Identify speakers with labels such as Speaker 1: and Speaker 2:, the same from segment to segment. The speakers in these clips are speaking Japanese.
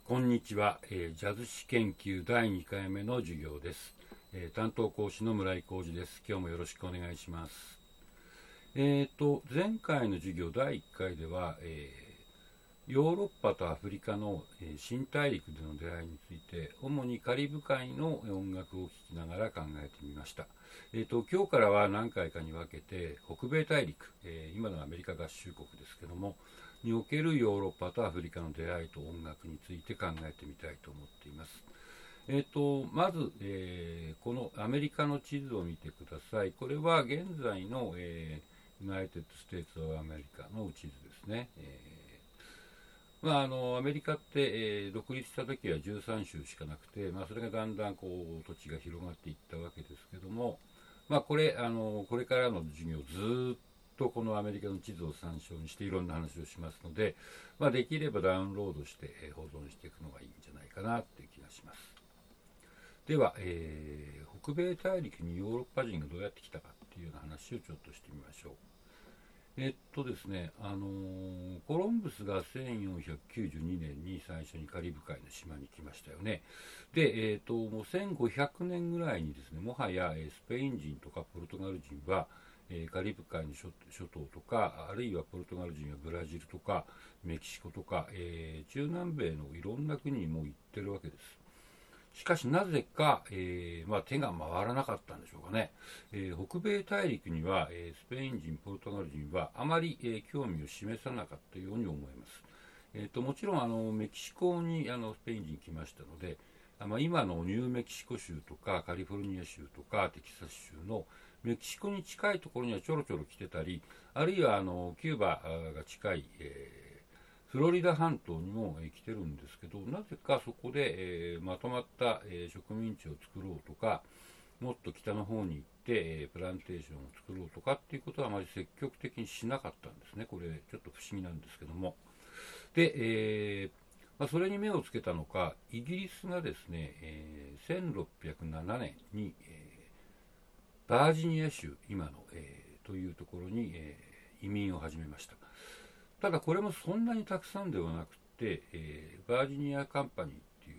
Speaker 1: こんにちは、ジャズ史研究第2回目の授業です。担当講師の村井浩二です。今日もよろしくお願いします。前回の授業第1回では、ヨーロッパとアフリカの、新大陸での出会いについて、主にカリブ海の音楽を聴きながら考えてみました。今日からは何回かに分けて、北米大陸、今のアメリカ合衆国ですけども、におけるヨーロッパとアフリカの出会いと音楽について考えてみたいと思っています。まず、このアメリカの地図を見てください。これは現在の、ユナイテッド・ステーツ・オブ・アメリカの地図ですね。アメリカって、独立した時は13州しかなくて、それがだんだん土地が広がっていったわけですけども、これからの授業ずっとこのアメリカの地図を参照にしていろんな話をしますので、できればダウンロードして保存していくのがいいんじゃないかなっていう気がします。では、北米大陸にヨーロッパ人がどうやって来たかっていうような話をちょっとしてみましょう。ですね、コロンブスが1492年に最初にカリブ海の島に来ましたよね。で、もう1500年ぐらいにですね、もはやスペイン人とかポルトガル人はカリブ海の諸島とか、あるいはポルトガル人はブラジルとかメキシコとか、中南米のいろんな国にもう行ってるわけです。しかしなぜか、手が回らなかったんでしょうかね。北米大陸には、スペイン人、ポルトガル人はあまり、興味を示さなかったように思います。もちろんメキシコにスペイン人来ましたので、今のニューメキシコ州とかカリフォルニア州とかテキサス州のメキシコに近いところにはちょろちょろ来てたり、あるいはキューバが近い、フロリダ半島にも来てるんですけど、なぜかそこでまとまった植民地を作ろうとか、もっと北の方に行ってプランテーションを作ろうとかっていうことはあまり積極的にしなかったんですね。これちょっと不思議なんですけども。で、それに目をつけたのか、イギリスがですね、1607年に、バージニア州、今の、というところに、移民を始めました。ただこれもそんなにたくさんではなくて、バージニアカンパニーっていう、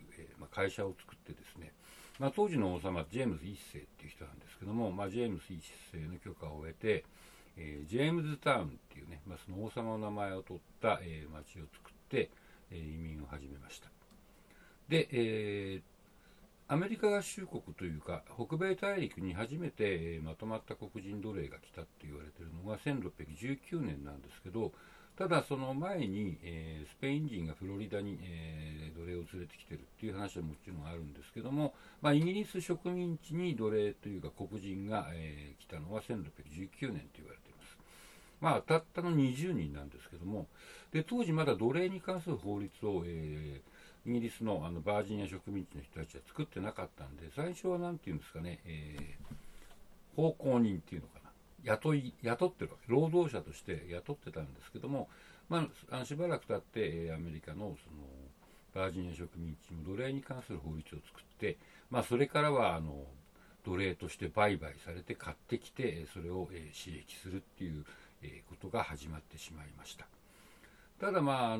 Speaker 1: 会社を作ってですね、当時の王様ジェームズ1世っていう人なんですけども、ジェームズ1世の許可を得て、ジェームズタウンっていうね、その王様の名前を取った、町を作って、移民を始めました。で、アメリカ合衆国というか北米大陸に初めて、まとまった黒人奴隷が来たと言われているのが1619年なんですけど、ただその前に、スペイン人がフロリダに、奴隷を連れてきてるっていう話はもちろんあるんですけども、イギリス植民地に奴隷というか黒人が、来たのは1619年と言われています。たったの20人なんですけども、で当時まだ奴隷に関する法律を、イギリスのバージニア植民地の人たちは作ってなかったんで、最初は何て言うんですかね、奉公人っていうのかな、雇ってるわけ、労働者として雇ってたんですけども、しばらく経ってアメリカのそのバージニア植民地も奴隷に関する法律を作って、それからは奴隷として売買されて買ってきて、それを刺激するっていうことが始まってしまいました。ただ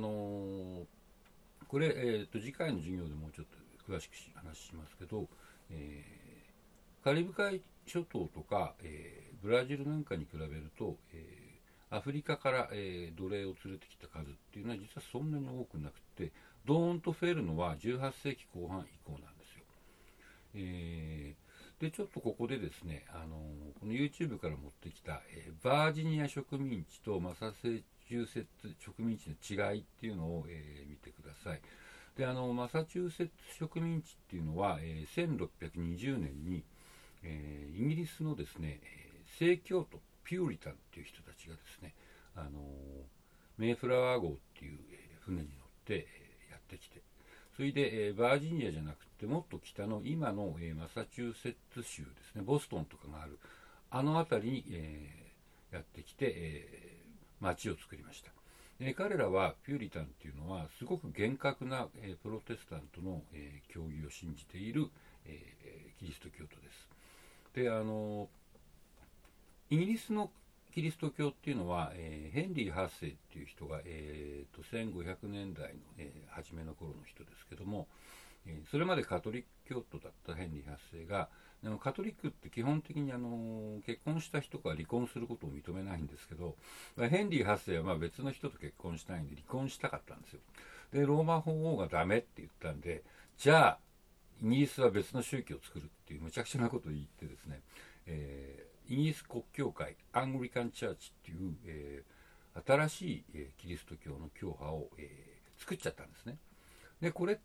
Speaker 1: これ、次回の授業でもうちょっと詳しく話しますけど、カリブ海諸島とか、ブラジルなんかに比べると、アフリカから、奴隷を連れてきた数っていうのは実はそんなに多くなくて、ドーンと増えるのは18世紀後半以降なんですよ。でちょっとここでですね、この YouTube から持ってきた、バージニア植民地とマサチューセッツ植民地の違いっていうのを、見てください。でマサチューセッツ植民地っていうのは、1620年に、イギリスのですね、正教徒ピューリタンっていう人たちがですね、メイフラワー号っていう、船に乗って、やってきて、それで、バージニアじゃなくてもっと北の今の、マサチューセッツ州ですね、ボストンとかがあるあの辺りに、やってきて、町を作りました。彼らはピューリタンっていうのはすごく厳格な、プロテスタントの、教義を信じている、キリスト教徒です。でイギリスのキリスト教っていうのは、ヘンリー8世っていう人が、1500年代の、初めの頃の人ですけども、それまでカトリック教徒だったヘンリー8世が、カトリックって基本的に結婚した人が離婚することを認めないんですけど、ヘンリー8世は別の人と結婚したいんで離婚したかったんですよ。でローマ法王がダメって言ったんで、じゃあイギリスは別の宗教を作るっていうむちゃくちゃなことを言ってですね、イギリス国教会アングリカンチャーチっていう、新しい、キリスト教の教派を、作っちゃったんですね。でこれって、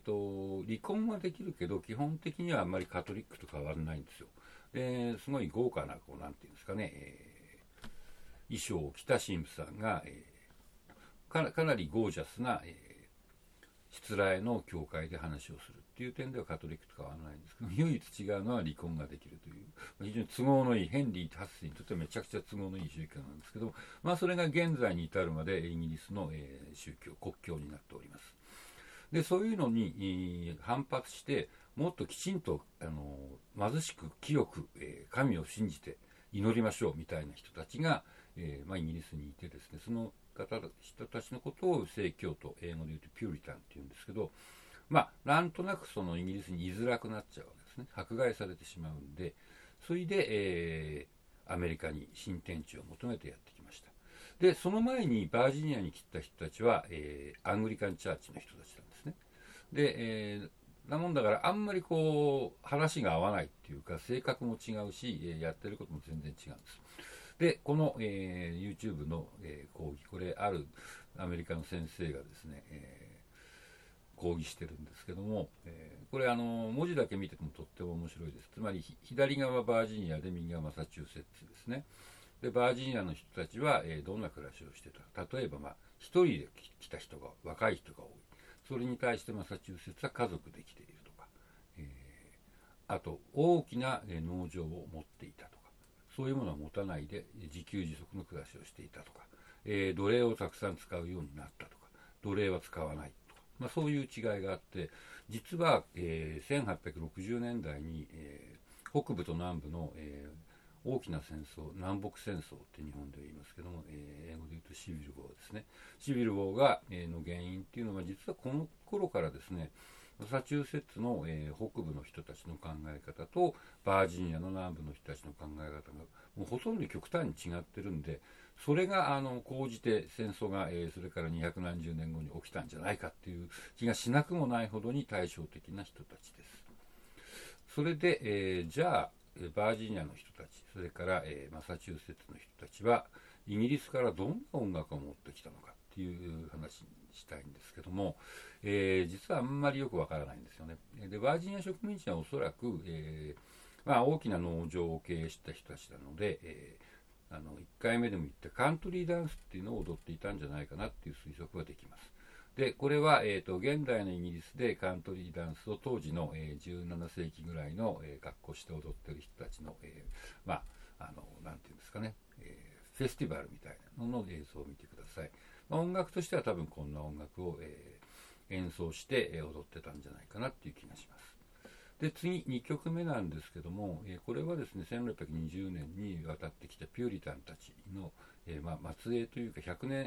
Speaker 1: 離婚はできるけど基本的にはあんまりカトリックと変わらないんですよ。ですごい豪華ななんていうんですかね、衣装を着た神父さんが、かなりゴージャスな、失礼の教会で話をするっていう点ではカトリックと変わらないんですけど、唯一違うのは離婚ができるという非常に都合のいい、ヘンリー8世にとってはめちゃくちゃ都合のいい宗教なんですけど、それが現在に至るまでイギリスの、宗教国教になっております。でそういうのに反発してもっときちんと貧しく清く、神を信じて祈りましょうみたいな人たちが、イギリスにいてですね、その人たちのことを正教徒、英語で言うとピューリタンっていうんですけど、なんとなくそのイギリスに居づらくなっちゃうわけですね。迫害されてしまうんで、それで、アメリカに新天地を求めてやってきました。でその前にバージニアに来た人たちは、アングリカンチャーチの人たちなんですね。で、なもんだからあんまり話が合わないっていうか性格も違うし、やってることも全然違うんです。でこの、YouTube の、講義、これあるアメリカの先生がですね、講義してるんですけども、これ文字だけ見ててもとっても面白いです。つまり左側バージニアで右側マサチューセッツですね。でバージニアの人たちは、どんな暮らしをしてた。例えば一人で来た人が若い人が多い。それに対してマサチューセッツは家族で来ているとか、あと大きな農場を持っていたとか、そういうものは持たないで自給自足の暮らしをしていたとか、奴隷をたくさん使うようになったとか、奴隷は使わないとか、そういう違いがあって、実は、1860年代に、北部と南部の、大きな戦争、南北戦争って日本で言いますけども、英語で言うとシビルウォーですね。シビルウォーが、の原因っていうのは実はこの頃からですね、マサチューセッツの、北部の人たちの考え方とバージニアの南部の人たちの考え方がもうほとんど極端に違ってるんで、それが講じて戦争が、それから200何十年後に起きたんじゃないかっていう気がしなくもないほどに対照的な人たちです。それで、じゃあバージニアの人たち、それから、マサチューセッツの人たちはイギリスからどんな音楽を持ってきたのかっていう話にしたいんですけども、実はあんまりよくわからないんですよね。でバージニア植民地はおそらく、大きな農場を経営した人たちなので、1回目でも言ったカントリーダンスっていうのを踊っていたんじゃないかなっていう推測ができます。でこれは、現代のイギリスでカントリーダンスを当時の、17世紀ぐらいの、格好して踊ってる人たちの、なんていうんですかね、フェスティバルみたいなのの映像を見てください。音楽としては多分こんな音楽を、演奏して、踊ってたんじゃないかなっていう気がします。で次2曲目なんですけども、これはですね1620年に渡ってきたピューリタンたちの、末裔というか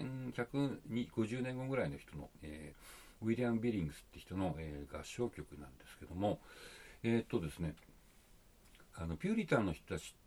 Speaker 1: 150年後ぐらいの人の、ウィリアム・ビリングスって人の、合唱曲なんですけども、ですねピューリタンの人たちって、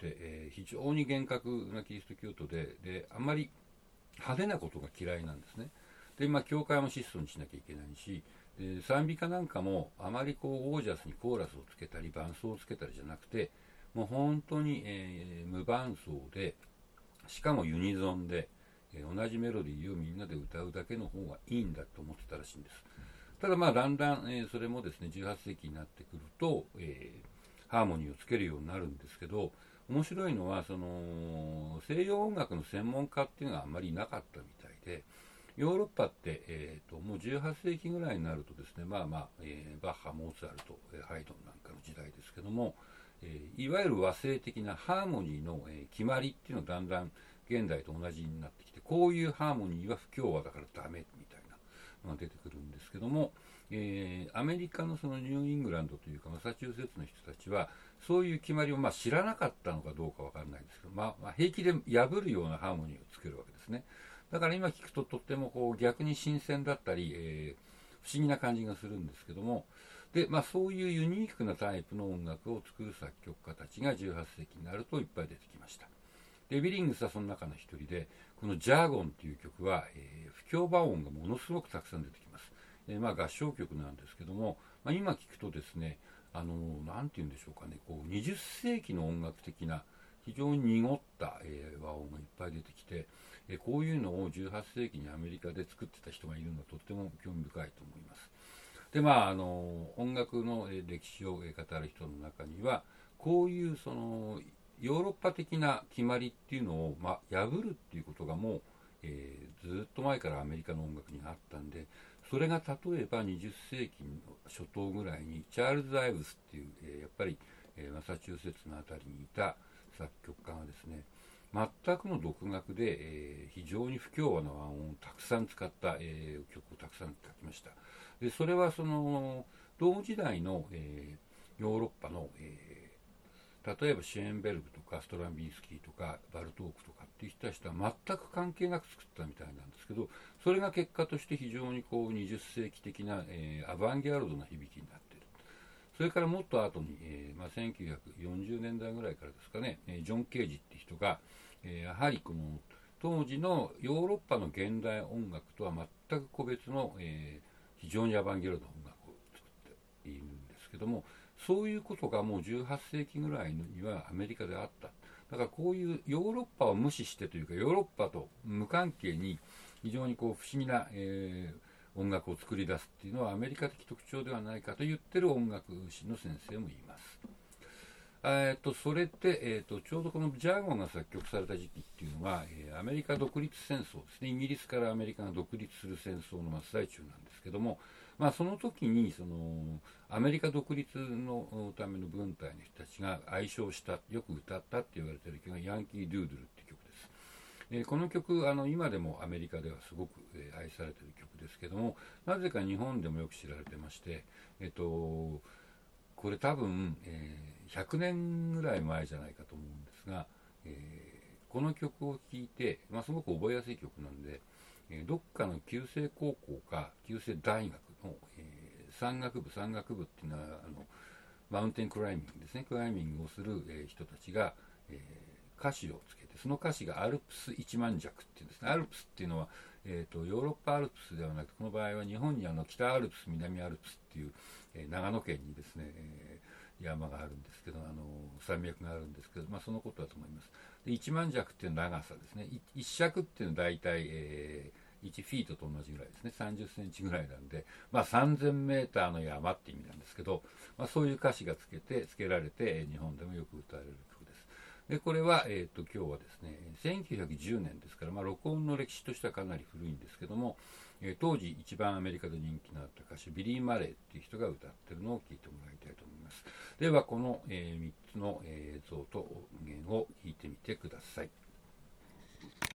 Speaker 1: 非常に厳格なキリスト教徒であんまり派手なことが嫌いなんですね。で教会も質素にしなきゃいけないし、賛美歌なんかもあまりゴージャスにコーラスをつけたり伴奏をつけたりじゃなくて、もう本当に、無伴奏で、しかもユニゾンで、同じメロディーをみんなで歌うだけの方がいいんだと思ってたらしいんです。ただだんだん、それもですね18世紀になってくると、ハーモニーをつけるようになるんですけど、面白いのはその西洋音楽の専門家っていうのがあんまりいなかったみたいで、ヨーロッパって、もう18世紀ぐらいになるとですね、バッハ、モーツァルト、ハイドンなんかの時代ですけども、いわゆる和声的なハーモニーの、決まりっていうのがだんだん現代と同じになってきて、こういうハーモニーは不協和だからダメみたいなのが出てくるんですけども、アメリカのそのニューイングランドというかマサチューセッツの人たちはそういう決まりを知らなかったのかどうかわからないんですけど、平気で破るようなハーモニーをつけるわけですね。だから今聞くととっても逆に新鮮だったり、 不思議な感じがするんですけども、で、そういうユニークなタイプの音楽を作る作曲家たちが18世紀になるといっぱい出てきました。でビリングスはその中の一人で、このジャーゴンっていう曲は、不協和音がものすごくたくさん出てきます。合唱曲なんですけども、今聞くとですね、なんて言うんでしょうかね、こう20世紀の音楽的な非常に濁った、和音がいっぱい出てきて、こういうのを18世紀にアメリカで作ってた人がいるのはとっても興味深いと思います。で音楽の歴史を語る人の中には、こういうそのヨーロッパ的な決まりっていうのを、破るっていうことがもう、ずっと前からアメリカの音楽にあったんで、それが例えば20世紀の初頭ぐらいにチャールズ・アイブスっていう、やっぱり、マサチューセッツのあたりにいた作曲家がですね、全くの独学で、非常に不協和な和音をたくさん使った、曲をたくさん書きました。でそれはその同時代の、ヨーロッパの、例えばシェーンベルグとかストランビンスキーとかバルトークとかっていう人たちとは全く関係なく作ったみたいなんですけど、それが結果として非常にこう20世紀的な、アバンギャルドな響きになっている。それからもっと後に、1940年代ぐらいからですかね、ジョン・ケージっていう人が、やはりこの当時のヨーロッパの現代音楽とは全く個別の、非常にアバンギャルドな音楽を作っているんですけども、そういうことがもう18世紀ぐらいにはアメリカであった。だからこういうヨーロッパを無視してというか、ヨーロッパと無関係に非常にこう不思議な、音楽を作り出すっていうのはアメリカ的特徴ではないかと言ってる音楽史の先生もいます。それで、ちょうどこのジャーゴンが作曲された時期っていうのは、アメリカ独立戦争ですね。イギリスからアメリカが独立する戦争の真っ最中なんですけども、その時にそのアメリカ独立のための軍隊の人たちが愛唱した、よく歌ったって言われている曲がヤンキー・ドゥードゥルっていう曲です。この曲今でもアメリカではすごく、愛されている曲ですけども、なぜか日本でもよく知られてまして、これ多分、100年ぐらい前じゃないかと思うんですが、この曲を聴いて、すごく覚えやすい曲なんで、どっかの旧制高校か旧制大学の、山岳部っていうのはマウンテンクライミングですね、クライミングをする、人たちが、歌詞をつけて、その歌詞がアルプス一万尺っていうんですね。アルプスっていうのは、ヨーロッパアルプスではなく、この場合は日本に北アルプス南アルプスっていう、長野県にですね、山があるんですけど、山脈があるんですけど、そのことだと思います。で1万尺っていう長さですね。1尺っていうのは大体、1フィートと同じぐらいですね。30センチぐらいなんで、3000メーターの山って意味なんですけど、そういう歌詞がつけられて、日本でもよく歌われる曲です。でこれは、今日はですね、1910年ですから、録音の歴史としてはかなり古いんですけども、当時一番アメリカで人気のあった歌手ビリー・マレーっていう人が歌ってるのを聞いてもらいたいと思います。ではこの、3つの映像と音源を聞いてみてください。